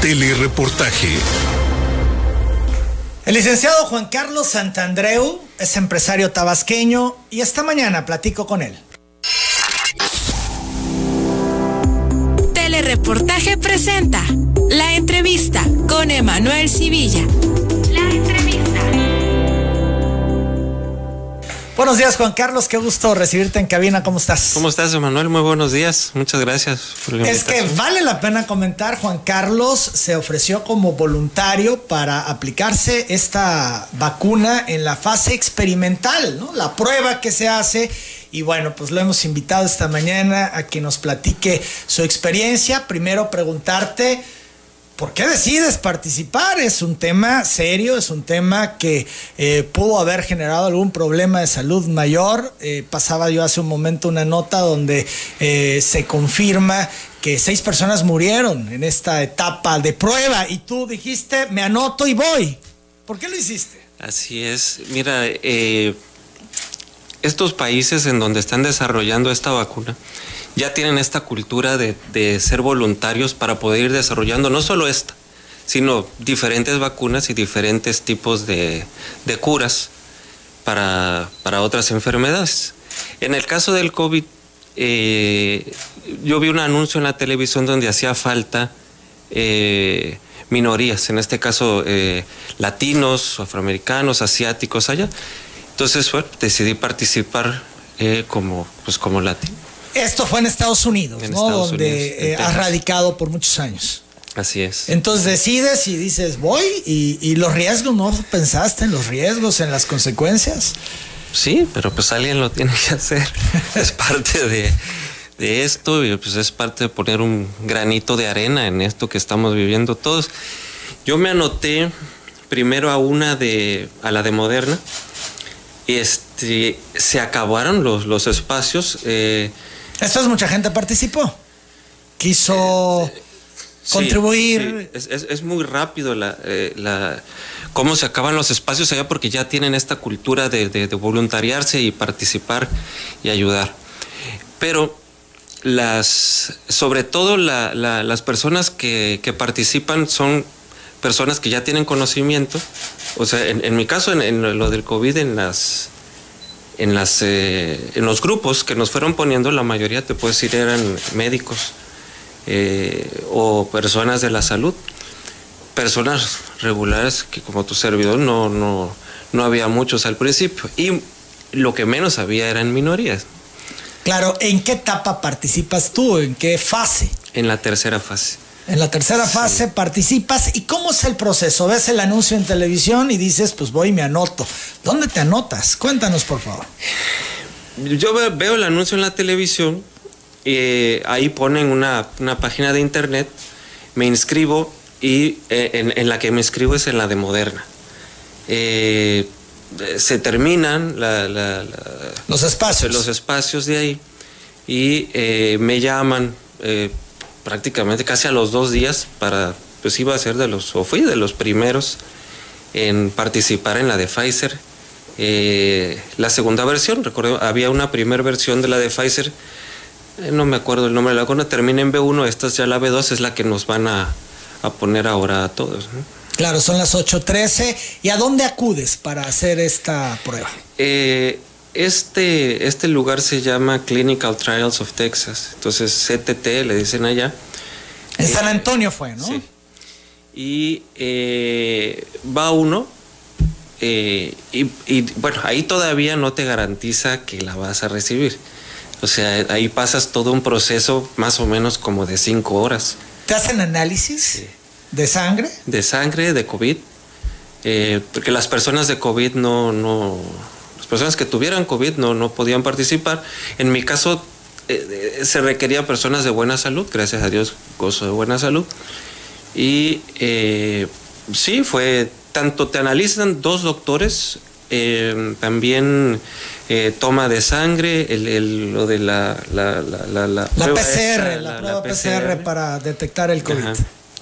Telereportaje. El licenciado Juan Carlos Santandreu es empresario tabasqueño y esta mañana platico con él. Telereportaje presenta La Entrevista con Emanuel Civilla. La Entrevista. Buenos días, Juan Carlos, qué gusto recibirte en cabina. ¿Cómo estás? ¿Cómo estás, Emanuel? Muy buenos días. Muchas gracias por la invitación. Es que vale la pena comentar, Juan Carlos se ofreció como voluntario para aplicarse esta vacuna en la fase experimental, ¿no? La prueba que se hace. Y bueno, pues lo hemos invitado esta mañana a que nos platique su experiencia. Primero preguntarte, ¿por qué decides participar? Es un tema serio, es un tema que pudo haber generado algún problema de salud mayor. Pasaba yo hace un momento una nota donde se confirma que 6 personas murieron en esta etapa de prueba y tú dijiste, me anoto y voy. ¿Por qué lo hiciste? Así es. Mira, estos países en donde están desarrollando esta vacuna ya tienen esta cultura de ser voluntarios para poder ir desarrollando no solo esta, sino diferentes vacunas y diferentes tipos de curas para otras enfermedades. En el caso del COVID, yo vi un anuncio en la televisión donde hacía falta minorías, en este caso latinos, afroamericanos, asiáticos allá. Entonces, bueno, decidí participar como latino. Esto fue en Estados Unidos, en ¿no? Estados donde Unidos, has radicado por muchos años. Así es. Entonces decides y dices, voy, y los riesgos, ¿no pensaste en los riesgos, en las consecuencias? Sí, pero pues alguien lo tiene que hacer. Es parte de esto y pues es parte de poner un granito de arena en esto que estamos viviendo todos. Yo me anoté primero a la de Moderna y se acabaron los espacios. Esto es, mucha gente participó. Quiso contribuir. Sí. Es muy rápido cómo se acaban los espacios allá porque ya tienen esta cultura de voluntariarse y participar y ayudar. Pero sobre todo las personas que participan son personas que ya tienen conocimiento. O sea, en mi caso, en lo del COVID, en los grupos que nos fueron poniendo, la mayoría, te puedo decir, eran médicos o personas de la salud, personas regulares que como tu servidor no había muchos al principio y lo que menos había eran minorías. Claro, ¿en qué etapa participas tú? ¿En qué fase? En la tercera fase. En la tercera fase participas. ¿Y cómo es el proceso? Ves el anuncio en televisión y dices, pues voy y me anoto. ¿Dónde te anotas? Cuéntanos, por favor. Yo veo el anuncio en la televisión, ahí ponen una página de internet, me inscribo y en la que me inscribo es en la de Moderna. Se terminan los espacios de ahí y me llaman prácticamente casi a los 2 días pues iba a ser fui de los primeros en participar en la de Pfizer. La segunda versión, recuerdo, había una primera versión de la de Pfizer, no me acuerdo el nombre de la vacuna, termina en B1, esta es ya la B2, es la que nos van a poner ahora a todos, ¿no? Claro, son las 8:13. ¿Y a dónde acudes para hacer esta prueba? Este lugar se llama Clinical Trials of Texas, entonces CTT le dicen allá. En San Antonio fue, ¿no? Sí. Y va uno y bueno, ahí todavía no te garantiza que la vas a recibir. O sea, ahí pasas todo un proceso más o menos como de 5 horas. ¿Te hacen análisis? Sí. ¿De sangre? De sangre, de COVID, porque las personas de COVID las personas que tuvieran COVID no podían participar. En mi caso se requerían personas de buena salud, gracias a Dios gozo de buena salud. Y sí, tanto te analizan 2 doctores, también toma de sangre, lo de la PCR, la prueba PCR para detectar el COVID. Ajá.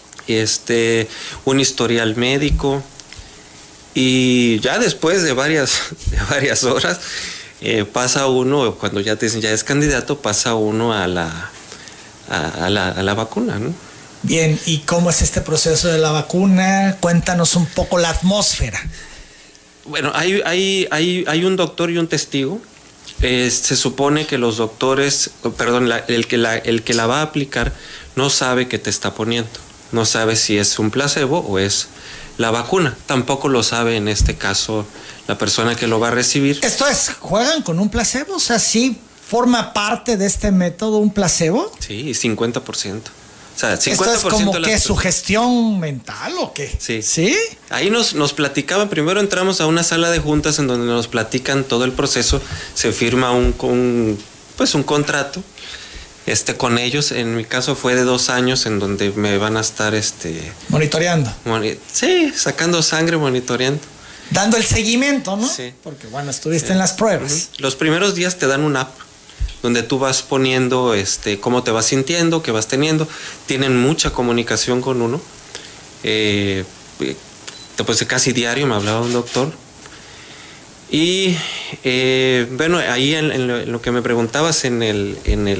Un historial médico y ya después de varias horas pasa uno, cuando ya te dicen ya es candidato, pasa uno a la vacuna, ¿no? Bien, ¿y cómo es este proceso de la vacuna? Cuéntanos un poco la atmósfera. Bueno, hay un doctor y un testigo. Se supone que los doctores, perdón, el que la va a aplicar no sabe qué te está poniendo. No sabe si es un placebo o es la vacuna. Tampoco lo sabe en este caso la persona que lo va a recibir. Esto es, ¿juegan con un placebo? O sea, ¿sí forma parte de este método un placebo? Sí, 50%. O sea, 50% ¿Esto es como de que sugestión mental o qué? Sí. ¿Sí? Ahí nos platicaban, primero entramos a una sala de juntas en donde nos platican todo el proceso, se firma un contrato con ellos. En mi caso fue de 2 años en donde me van a estar monitoreando. Sí, sacando sangre, monitoreando. Dando el seguimiento, ¿no? Sí. Porque bueno, estuviste en las pruebas. Los primeros días te dan una app donde tú vas poniendo cómo te vas sintiendo, qué vas teniendo. Tienen mucha comunicación con uno. Después de casi diario me hablaba un doctor. Y bueno, ahí en lo que me preguntabas en el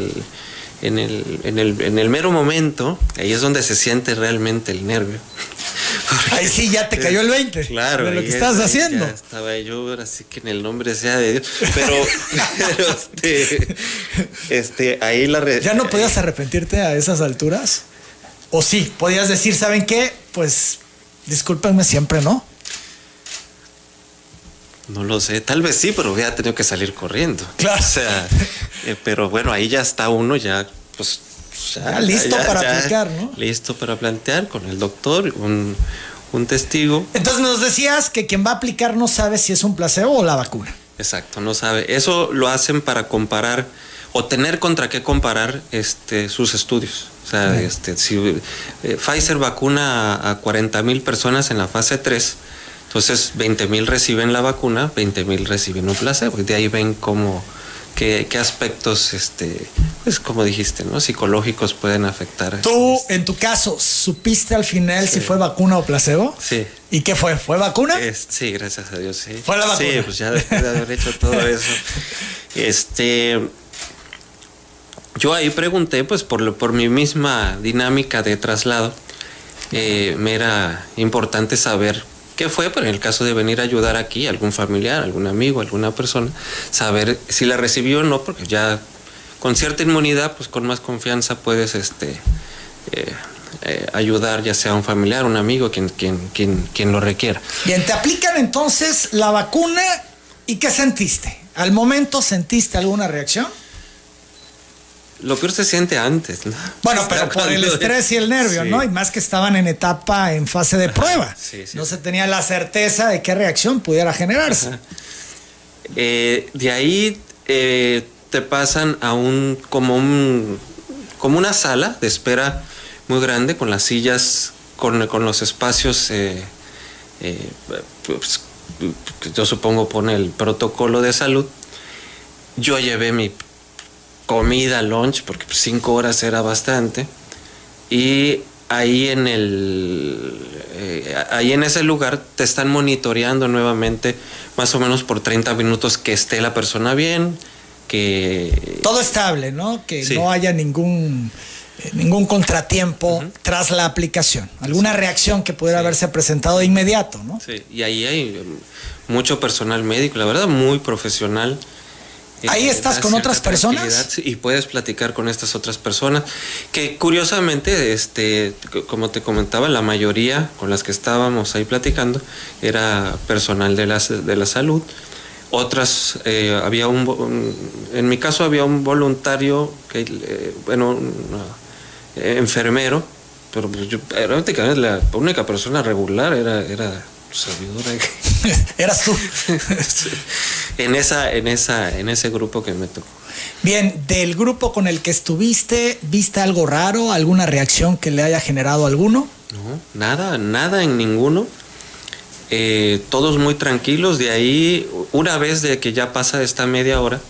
mero momento, ahí es donde se siente realmente el nervio. Ahí sí ya te cayó el 20. Claro, de lo que estabas haciendo. Ya estaba yo, así que en el nombre sea de Dios. Pero ahí ¿Ya no podías arrepentirte a esas alturas? ¿O sí? Podías decir, ¿saben qué? Pues discúlpenme siempre, ¿no? No lo sé, tal vez sí, pero hubiera tenido que salir corriendo. Claro. O sea, pero bueno, ahí ya está uno, ya pues. Ya listo para aplicar, ¿no? Listo para plantear con el doctor, un testigo. Entonces nos decías que quien va a aplicar no sabe si es un placebo o la vacuna. Exacto, no sabe. Eso lo hacen para comparar o tener contra qué comparar sus estudios. O sea, si Pfizer vacuna a 40,000 personas en la fase 3, entonces 20,000 reciben la vacuna, 20,000 reciben un placebo. Y de ahí ven qué aspectos, pues como dijiste, ¿no? Psicológicos pueden afectar. ¿Tú, en tu caso, supiste al final si fue vacuna o placebo? Sí. ¿Y qué fue? ¿Fue vacuna? Sí, gracias a Dios, sí. ¿Fue la vacuna? Sí, pues ya después de haber hecho todo eso. Yo ahí pregunté, pues por mi misma dinámica de traslado, me era importante saber qué fue, pero en el caso de venir a ayudar aquí, algún familiar, algún amigo, alguna persona, saber si la recibió o no, porque ya con cierta inmunidad, pues con más confianza puedes ayudar, ya sea un familiar, un amigo, quien lo requiera. Bien, te aplican entonces la vacuna y ¿qué sentiste? ¿Al momento sentiste alguna reacción? Lo peor se siente antes, ¿no? Bueno, pero por el estrés y el nervio, sí. ¿no? Y más que estaban en fase de prueba. Sí. No se tenía la certeza de qué reacción pudiera generarse. De ahí te pasan a como una sala de espera muy grande, con las sillas, con los espacios, pues, yo supongo pone el protocolo de salud. Yo llevé mi comida, lunch, porque 5 horas era bastante, y ahí en ese lugar te están monitoreando nuevamente más o menos por 30 minutos que esté la persona bien, que todo estable, ¿no? Que sí. No haya ningún contratiempo tras la aplicación, alguna reacción que pudiera haberse presentado de inmediato, ¿no? Sí, y ahí hay mucho personal médico, la verdad, muy profesional. Ahí estás con otras personas y puedes platicar con estas otras personas que curiosamente, como te comentaba, la mayoría con las que estábamos ahí platicando era personal de la salud. Otras, en mi caso había un voluntario, enfermero, pero pues yo prácticamente la única persona regular era servidora. Eras tú. en ese grupo que me tocó. Bien, del grupo con el que estuviste, ¿viste algo raro? ¿Alguna reacción que le haya generado a alguno? No, nada en ninguno. Todos muy tranquilos. De ahí, una vez de que ya pasa esta media hora,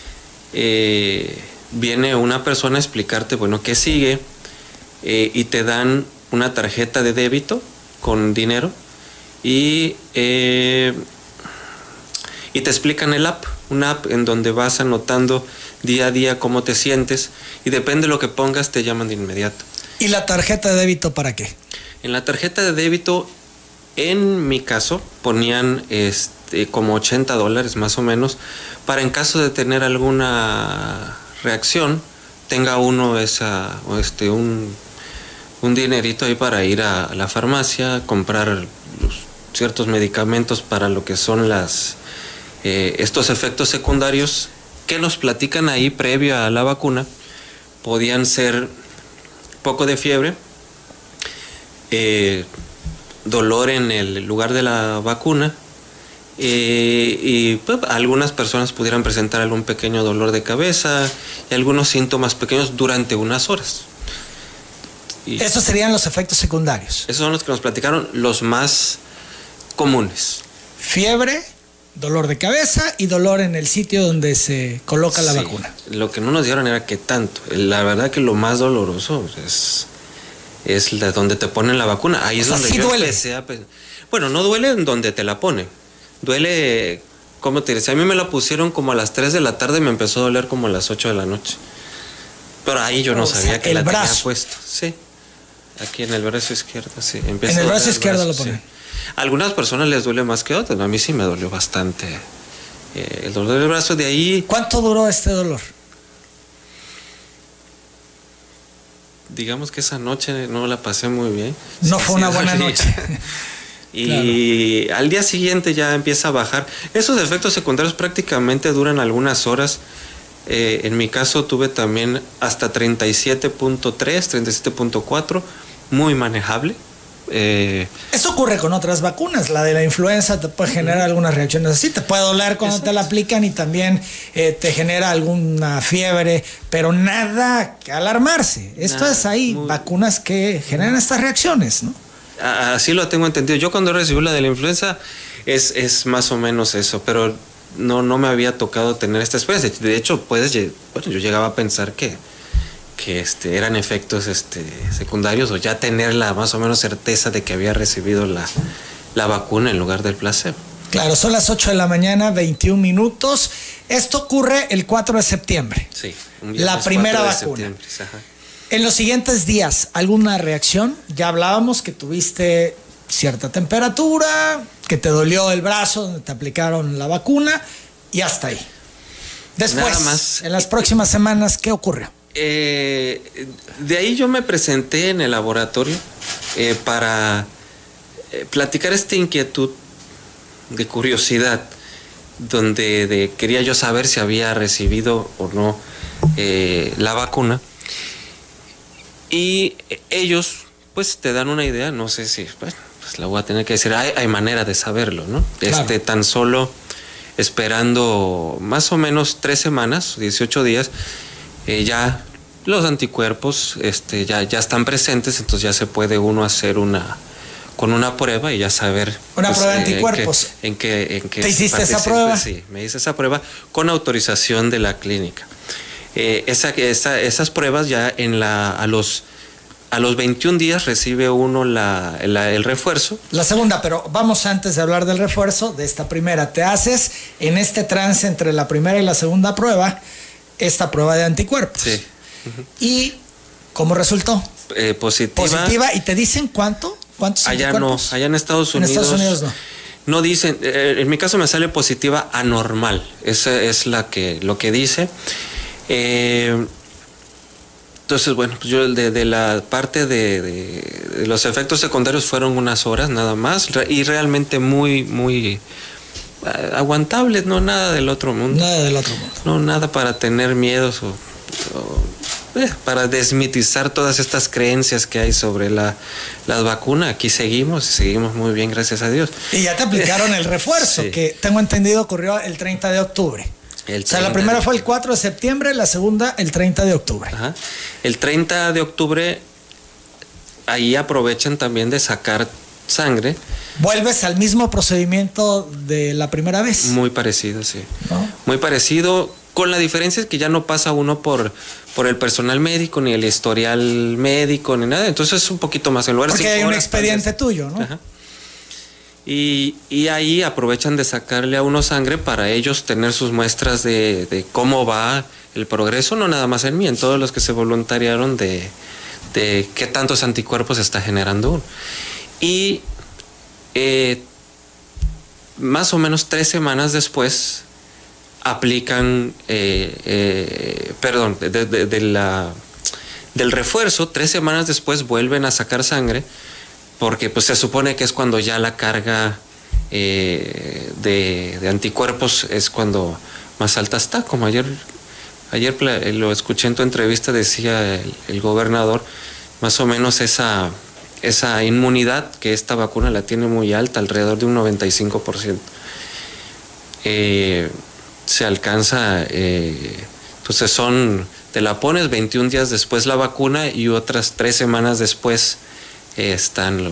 viene una persona a explicarte, bueno, qué sigue, y te dan una tarjeta de débito con dinero y te explican una app en donde vas anotando día a día cómo te sientes, y depende de lo que pongas te llaman de inmediato. ¿Y la tarjeta de débito para qué? En la tarjeta de débito, en mi caso, ponían como $80 más o menos, para en caso de tener alguna reacción, tenga uno un dinerito ahí para ir a la farmacia, comprar ciertos medicamentos para lo que son estos efectos secundarios que nos platican ahí previo a la vacuna. Podían ser poco de fiebre, dolor en el lugar de la vacuna, y pues, algunas personas pudieran presentar algún pequeño dolor de cabeza y algunos síntomas pequeños durante unas horas. Y esos serían los efectos secundarios. Esos son los que nos platicaron, los más comunes. Fiebre, dolor de cabeza y dolor en el sitio donde se coloca la vacuna. Lo que no nos dieron era qué tanto. La verdad que lo más doloroso es donde te ponen la vacuna. Ahí es donde yo empecé a pensar. Bueno, no duele en donde te la ponen. Duele, ¿cómo te decía? A mí me la pusieron como a las 3 de la tarde y me empezó a doler como a las 8 de la noche. Pero ahí yo no sabía que la tenía puesto. Sí. Aquí en el brazo izquierdo, sí. En el brazo izquierdo lo ponen. Sí. A algunas personas les duele más que a otras. A mí sí me dolió bastante el dolor del brazo. De ahí. ¿Cuánto duró este dolor? Digamos que esa noche no la pasé muy bien. No fue una buena noche. Y claro, al día siguiente ya empieza a bajar. Esos efectos secundarios prácticamente duran algunas horas. En mi caso tuve también hasta 37.3, 37.4, muy manejable. Eso ocurre con otras vacunas. La de la influenza te puede generar algunas reacciones así, te puede doler cuando te la aplican y también te genera alguna fiebre, pero nada que alarmarse. Esto es ahí, vacunas que generan estas reacciones, ¿no? Así lo tengo entendido. Yo cuando recibí la de la influenza es más o menos eso, pero no me había tocado tener esta experiencia. De hecho, yo llegaba a pensar que eran efectos secundarios, o ya tener la más o menos certeza de que había recibido la vacuna en lugar del placebo. Claro, son las 8 de la mañana, 21 minutos. Esto ocurre el 4 de septiembre. Sí, la primera vacuna. En los siguientes días, ¿alguna reacción? Ya hablábamos que tuviste cierta temperatura, que te dolió el brazo donde te aplicaron la vacuna y hasta ahí. Después, en las próximas semanas, ¿qué ocurrió? De ahí yo me presenté en el laboratorio para platicar esta inquietud de curiosidad, donde quería yo saber si había recibido o no la vacuna. Y ellos pues te dan una idea, no sé si, pues la voy a tener que decir, hay manera de saberlo, ¿no? Claro. Tan solo esperando más o menos 3 semanas, 18 días, ya los anticuerpos ya están presentes, entonces ya se puede uno hacer con una prueba y ya saber. Una prueba de anticuerpos. ¿En qué ¿Te hiciste esa prueba? Sí, me hice esa prueba con autorización de la clínica. Esas pruebas ya a los 21 días recibe uno el refuerzo. La segunda, pero vamos antes de hablar del refuerzo, de esta primera. Te haces en este trance entre la primera y la segunda prueba, esta prueba de anticuerpos. Sí. Uh-huh. ¿Y cómo resultó? Positiva. ¿Y te dicen cuántos anticuerpos? No, allá en Estados Unidos. En Estados Unidos no. No dicen, en mi caso me sale positiva anormal. Esa es lo que dice. Entonces, bueno, pues yo de la parte de los efectos secundarios fueron unas horas nada más y realmente muy, muy aguantables, no nada del otro mundo. Nada del otro mundo. No, nada para tener miedos o para desmitizar todas estas creencias que hay sobre las vacunas. Aquí seguimos muy bien, gracias a Dios. Y ya te aplicaron el refuerzo, sí, que tengo entendido ocurrió el 30 de octubre. O sea, la primera fue el 4 de septiembre, la segunda el 30 de octubre. Ajá. El 30 de octubre, ahí aprovechan también de sacar sangre. ¿Vuelves al mismo procedimiento de la primera vez? Muy parecido, sí. ¿No? Muy parecido, con la diferencia es que ya no pasa uno por el personal médico, ni el historial médico, ni nada. Entonces es un poquito más en lugar. Porque hay un expediente tuyo, ¿no? Ajá. Y ahí aprovechan de sacarle a uno sangre para ellos tener sus muestras de cómo va el progreso, no nada más en mí, en todos los que se voluntariaron de de qué tantos anticuerpos está generando uno. Y más o menos 3 semanas después aplican, del refuerzo, 3 semanas después vuelven a sacar sangre, porque pues se supone que es cuando ya la carga de anticuerpos es cuando más alta está. Como ayer lo escuché en tu entrevista, decía el gobernador, más o menos esa inmunidad, que esta vacuna la tiene muy alta, alrededor de un 95%. Se alcanza, entonces te la pones 21 días después la vacuna y otras 3 semanas después están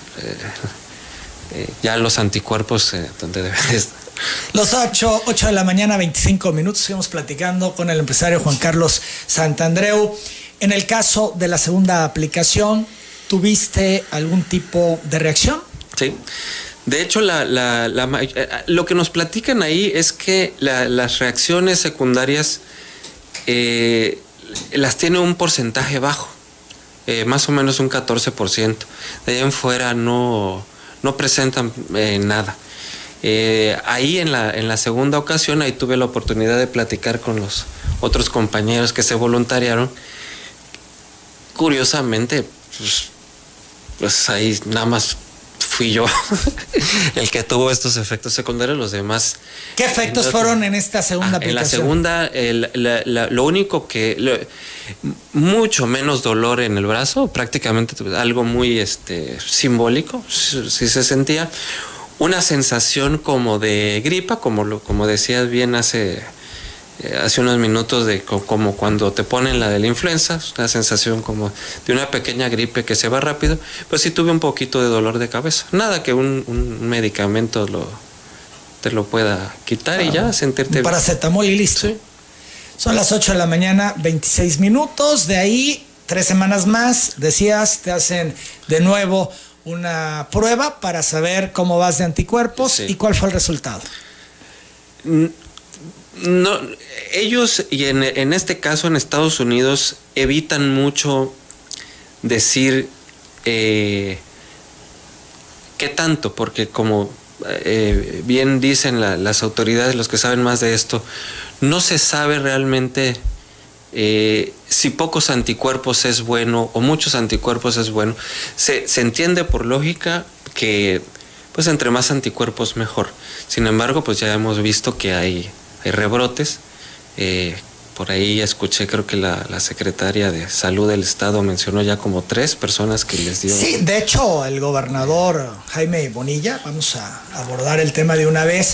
ya los anticuerpos donde deben estar. Los 8 de la mañana, 25 minutos, seguimos platicando con el empresario Juan Carlos Santandreu. En el caso de la segunda aplicación, ¿tuviste algún tipo de reacción? Sí. De hecho, lo que nos platican ahí es que las reacciones secundarias las tiene un porcentaje bajo, más o menos un 14%. De ahí en fuera no presentan nada. Ahí en la segunda ocasión, ahí tuve la oportunidad de platicar con los otros compañeros que se voluntariaron. Curiosamente, pues ahí nada más fui yo el que tuvo estos efectos secundarios. Los demás... ¿Qué efectos fueron en esta segunda aplicación? En la segunda, lo único mucho menos dolor en el brazo, prácticamente algo muy simbólico, sí se sentía. Una sensación como de gripa, como decías bien hace unos minutos, como cuando te ponen la de la influenza, una sensación como de una pequeña gripe que se va rápido. Pues sí tuve un poquito de dolor de cabeza. Nada que un medicamento te lo pueda quitar y ya sentirte bien. Paracetamol y listo. Sí. Son las 8 de la mañana, 26 minutos. De ahí, 3 semanas más, decías, te hacen de nuevo una prueba para saber cómo vas de anticuerpos. Sí. ¿Y cuál fue el resultado? No, ellos, y en este caso en Estados Unidos, evitan mucho decir qué tanto, porque como bien dicen las autoridades, los que saben más de esto, no se sabe realmente si pocos anticuerpos es bueno o muchos anticuerpos es bueno. Se entiende por lógica que pues entre más anticuerpos mejor. Sin embargo, pues ya hemos visto que hay rebrotes. Por ahí escuché, creo que la secretaria de Salud del Estado mencionó ya como 3 personas que les dio... Sí, de hecho, el gobernador Jaime Bonilla, vamos a abordar el tema de una vez,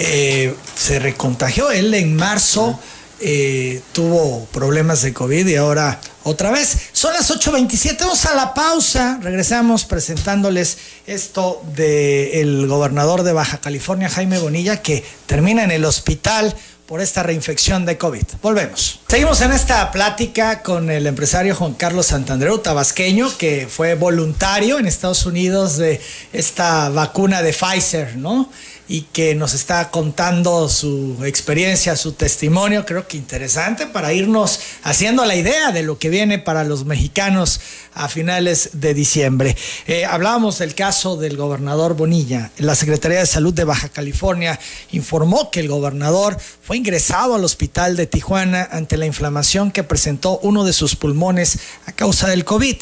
se recontagió. Él en marzo tuvo problemas de COVID y ahora otra vez. Son las 8:27, vamos a la pausa. Regresamos presentándoles esto del gobernador de Baja California, Jaime Bonilla, que termina en el hospital por esta reinfección de COVID. Volvemos. Seguimos en esta plática con el empresario Juan Carlos Santandreu, tabasqueño, que fue voluntario en Estados Unidos de esta vacuna de Pfizer, ¿no? Y que nos está contando su experiencia, su testimonio, creo que interesante para irnos haciendo la idea de lo que viene para los mexicanos a finales de diciembre. Hablábamos del caso del gobernador Bonilla. La Secretaría de Salud de Baja California informó que el gobernador fue ingresado al hospital de Tijuana ante la inflamación que presentó uno de sus pulmones a causa del COVID.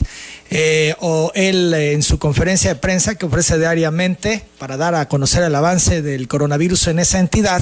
Él en su conferencia de prensa que ofrece diariamente para dar a conocer el avance del coronavirus en esa entidad,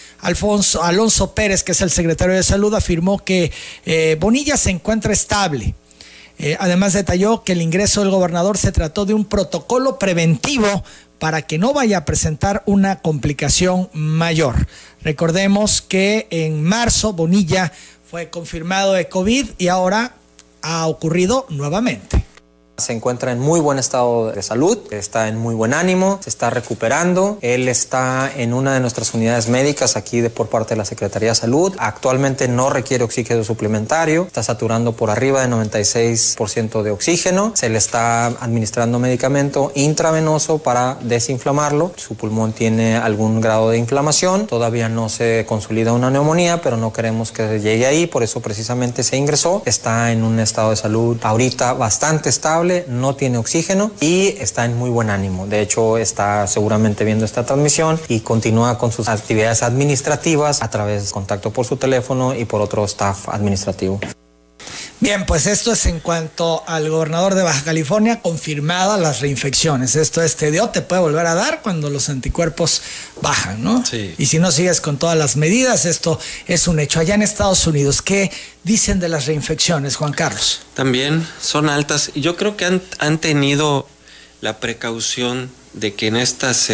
Alonso Pérez, que es el secretario de Salud, afirmó que Bonilla se encuentra estable. Además detalló que el ingreso del gobernador se trató de un protocolo preventivo para que no vaya a presentar una complicación mayor. Recordemos que en marzo Bonilla fue confirmado de COVID y ahora ha ocurrido nuevamente. Se encuentra en muy buen estado de salud, está en muy buen ánimo, se está recuperando. Él está en una de nuestras unidades médicas aquí por parte de la Secretaría de Salud. Actualmente no requiere oxígeno suplementario, está saturando por arriba de 96% de oxígeno. Se le está administrando medicamento intravenoso para desinflamarlo. Su pulmón tiene algún grado de inflamación, todavía no se consolida una neumonía, pero no queremos que llegue ahí, por eso precisamente se ingresó. Está en un estado de salud ahorita bastante estable, no tiene oxígeno y está en muy buen ánimo. De hecho, está seguramente viendo esta transmisión y continúa con sus actividades administrativas a través de contacto por su teléfono y por otro staff administrativo. Bien, pues esto es en cuanto al gobernador de Baja California, confirmadas las reinfecciones. Esto es, te puede volver a dar cuando los anticuerpos bajan, ¿no? Sí. Y si no sigues con todas las medidas, esto es un hecho. Allá en Estados Unidos, ¿qué dicen de las reinfecciones, Juan Carlos? También son altas. Yo creo que han tenido la precaución de que en estas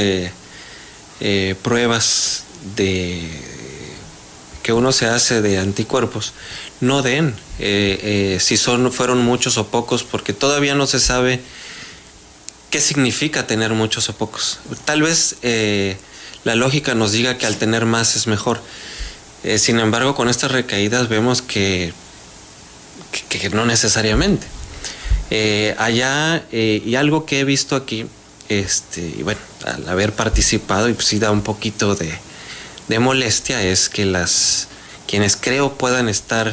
pruebas que uno se hace de anticuerpos no den si fueron muchos o pocos, porque todavía no se sabe qué significa tener muchos o pocos. Tal vez la lógica nos diga que al tener más es mejor. Sin embargo, con estas recaídas vemos que no necesariamente. Allá, y algo que he visto aquí, y bueno, al haber participado, y pues sí da un poquito de molestia, es que quienes creo puedan estar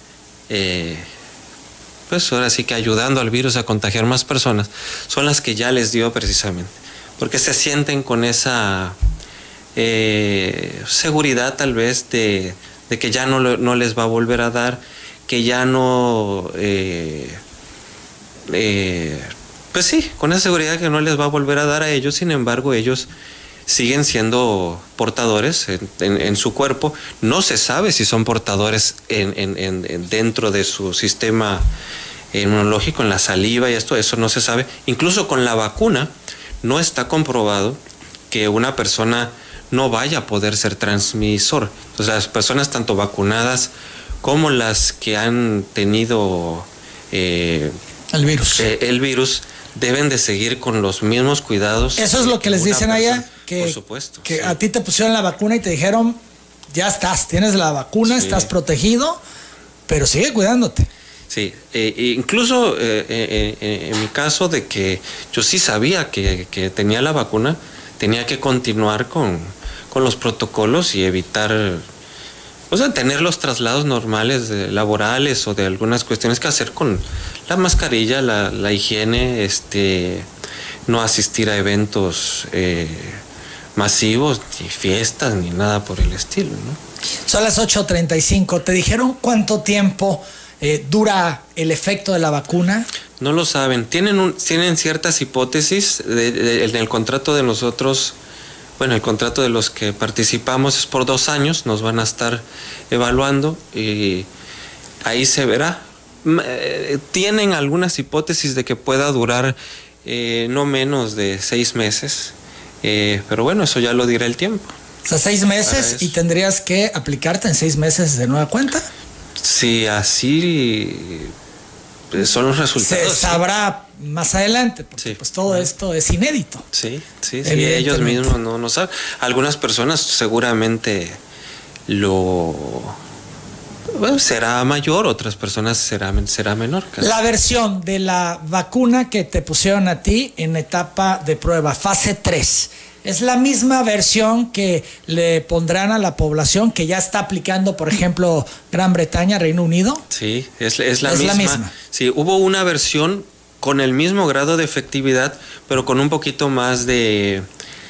pues ahora sí que ayudando al virus a contagiar más personas, son las que ya les dio precisamente, porque se sienten con esa seguridad tal vez de que ya no les va a volver a dar, que ya no pues sí, con esa seguridad que no les va a volver a dar a ellos. Sin embargo, ellos siguen siendo portadores en su cuerpo. No se sabe si son portadores dentro de su sistema inmunológico, en la saliva y eso no se sabe. Incluso con la vacuna no está comprobado que una persona no vaya a poder ser transmisor. Entonces, las personas tanto vacunadas como las que han tenido el virus deben de seguir con los mismos cuidados. Eso es lo que les dicen allá, por supuesto, que sí. A ti te pusieron la vacuna y te dijeron, ya tienes la vacuna, sí, estás protegido, pero sigue cuidándote. Sí, incluso en mi caso de que yo sí sabía que tenía la vacuna, tenía que continuar con los protocolos y evitar, o sea, tener los traslados normales laborales o de algunas cuestiones que hacer con la mascarilla, la higiene, no asistir a eventos masivos, ni fiestas, ni nada por el estilo, ¿no? Son las 8:35. ¿Te dijeron cuánto tiempo dura el efecto de la vacuna? No lo saben. Tienen ciertas hipótesis. En el contrato de nosotros, bueno, el contrato de los que participamos es por 2 años. Nos van a estar evaluando y ahí se verá. Tienen algunas hipótesis de que pueda durar no menos de 6 meses. Pero bueno, eso ya lo dirá el tiempo. O sea, 6 meses y tendrías que aplicarte en 6 meses de nueva cuenta. Sí, así son los resultados. Se sabrá más adelante, porque sí, pues todo esto es inédito. Sí, ellos mismos no saben. Algunas personas seguramente será mayor, otras personas será menor. La versión de la vacuna que te pusieron a ti en etapa de prueba, fase 3, ¿es la misma versión que le pondrán a la población que ya está aplicando, por ejemplo, Gran Bretaña, Reino Unido? Sí, es la misma. Sí, hubo una versión con el mismo grado de efectividad, pero con un poquito más de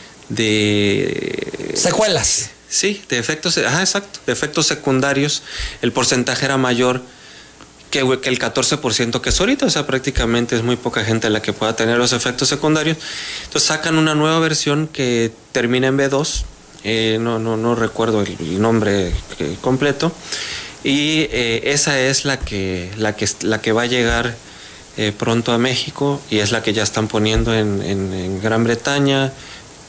secuelas. Sí, de efectos, exacto, de efectos secundarios. El porcentaje era mayor que el 14% que es ahorita, o sea, prácticamente es muy poca gente la que pueda tener los efectos secundarios. Entonces sacan una nueva versión que termina en B2, no recuerdo el nombre completo, y esa es la que va a llegar pronto a México, y es la que ya están poniendo en Gran Bretaña,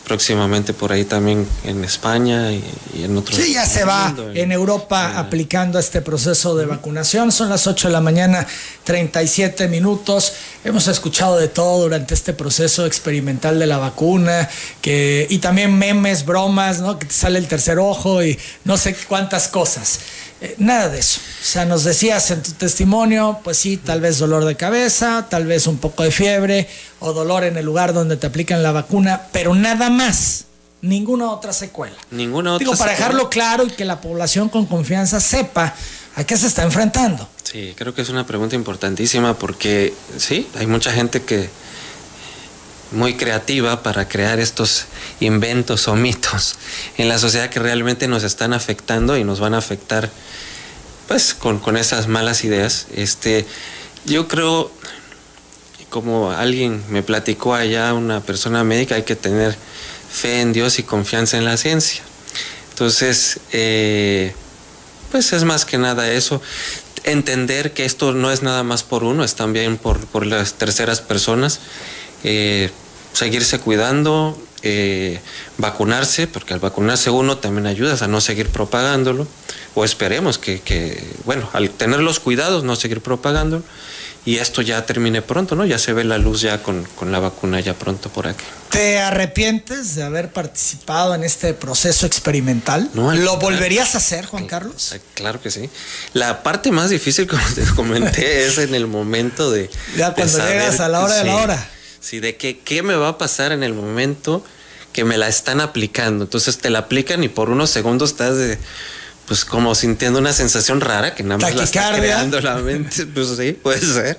próximamente por ahí también en España y en otros. Sí, ya se va en Europa aplicando este proceso de vacunación. Son las 8 de la mañana, 37 minutos. Hemos escuchado de todo durante este proceso experimental de la vacuna, y también memes, bromas, ¿no? Que te sale el tercer ojo y no sé cuántas cosas. Nada de eso. O sea, nos decías en tu testimonio, pues sí, tal vez dolor de cabeza, tal vez un poco de fiebre o dolor en el lugar donde te aplican la vacuna, pero nada más, ninguna otra secuela. Ninguna otra Digo, para secuela. dejarlo claro y que la población con confianza sepa a qué se está enfrentando. Sí, creo que es una pregunta importantísima porque sí, hay mucha gente que muy creativa para crear estos inventos o mitos en la sociedad que realmente nos están afectando y nos van a afectar pues con esas malas ideas. Yo creo, como alguien me platicó allá, una persona médica, hay que tener fe en Dios y confianza en la ciencia. Entonces, pues es más que nada eso, entender que esto no es nada más por uno, es también por las terceras personas. Seguirse cuidando, vacunarse, porque al vacunarse uno también ayudas a no seguir propagándolo, o esperemos bueno, al tener los cuidados, no seguir propagándolo, y esto ya termine pronto, ¿no? Ya se ve la luz ya con la vacuna ya pronto por aquí. ¿Te arrepientes de haber participado en este proceso experimental? No, ¿Lo volverías a hacer, Juan Carlos? Claro que sí. La parte más difícil, como te comenté, es en el momento de ya cuando saber, llegas a la hora de la hora. Sí, de qué me va a pasar en el momento que me la están aplicando. Entonces te la aplican y por unos segundos estás pues como sintiendo una sensación rara que nada más la está creando la mente. Pues sí, puede ser.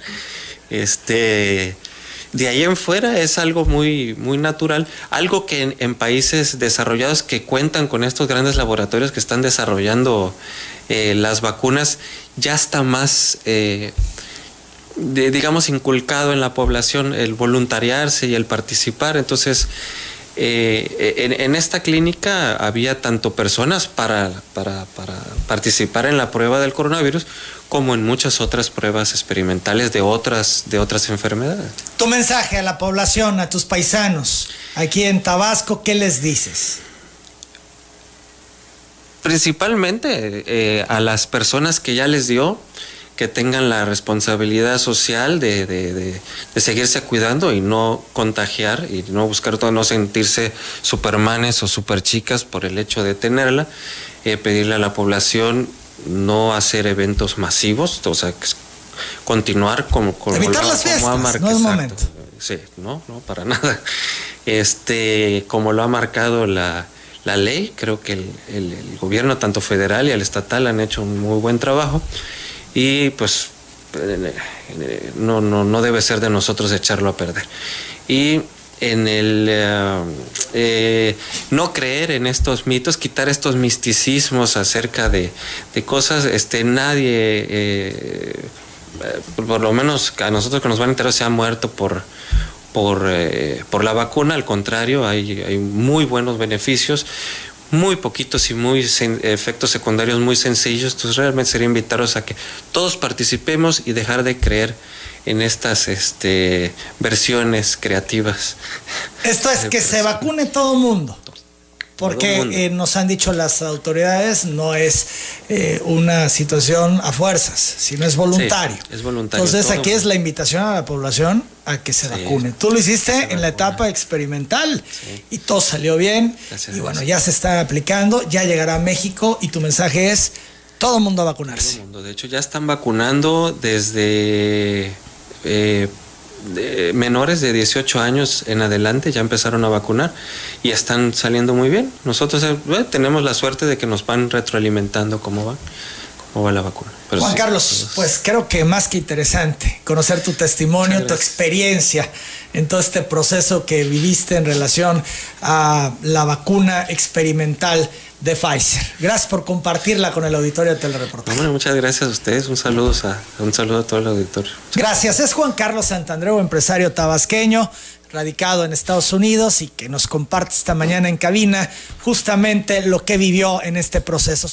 De ahí en fuera es algo muy, muy natural. Algo que en países desarrollados que cuentan con estos grandes laboratorios que están desarrollando las vacunas, ya está más digamos, inculcado en la población el voluntariarse y el participar. Entonces, en esta clínica había tanto personas para participar en la prueba del coronavirus como en muchas otras pruebas experimentales de otras enfermedades. Tu mensaje a la población, a tus paisanos, aquí en Tabasco, ¿qué les dices? Principalmente a las personas que ya les dio, que tengan la responsabilidad social de seguirse cuidando y no contagiar y no buscar todo, no sentirse supermanes o superchicas por el hecho de tenerla. Pedirle a la población no hacer eventos masivos, o sea, continuar como evitar las fiestas, no es momento. Sí, no, para nada. Como lo ha marcado la ley, creo que el gobierno, tanto federal y el estatal, han hecho un muy buen trabajo. Y pues no debe ser de nosotros echarlo a perder. Y en no creer en estos mitos, quitar estos misticismos acerca de cosas, nadie, por lo menos a nosotros que nos van a enterar, se ha muerto por la vacuna. Al contrario, hay muy buenos beneficios, muy poquitos y efectos secundarios muy sencillos. Entonces realmente sería invitarlos a que todos participemos y dejar de creer en estas versiones creativas. Esto es que se vacune todo el mundo, porque nos han dicho las autoridades, no es una situación a fuerzas, sino es voluntario. Sí, es voluntario. Entonces aquí es la invitación a la población a que se vacune. Tú lo hiciste en la etapa experimental y todo salió bien. Gracias, y bueno, ya se está aplicando, ya llegará a México y tu mensaje es: todo el mundo a vacunarse. Todo el mundo. De hecho, ya están vacunando desde menores de 18 años en adelante, ya empezaron a vacunar y están saliendo muy bien. Nosotros tenemos la suerte de que nos van retroalimentando cómo va la vacuna. Pero Juan Carlos, pues creo que más que interesante conocer tu testimonio, tu experiencia en todo este proceso que viviste en relación a la vacuna experimental de Pfizer. Gracias por compartirla con el auditorio de Telereportaje. Bueno, muchas gracias a ustedes. Un saludo a todo el auditorio. Gracias. Es Juan Carlos Santandreu, empresario tabasqueño, radicado en Estados Unidos y que nos comparte esta mañana en cabina justamente lo que vivió en este proceso.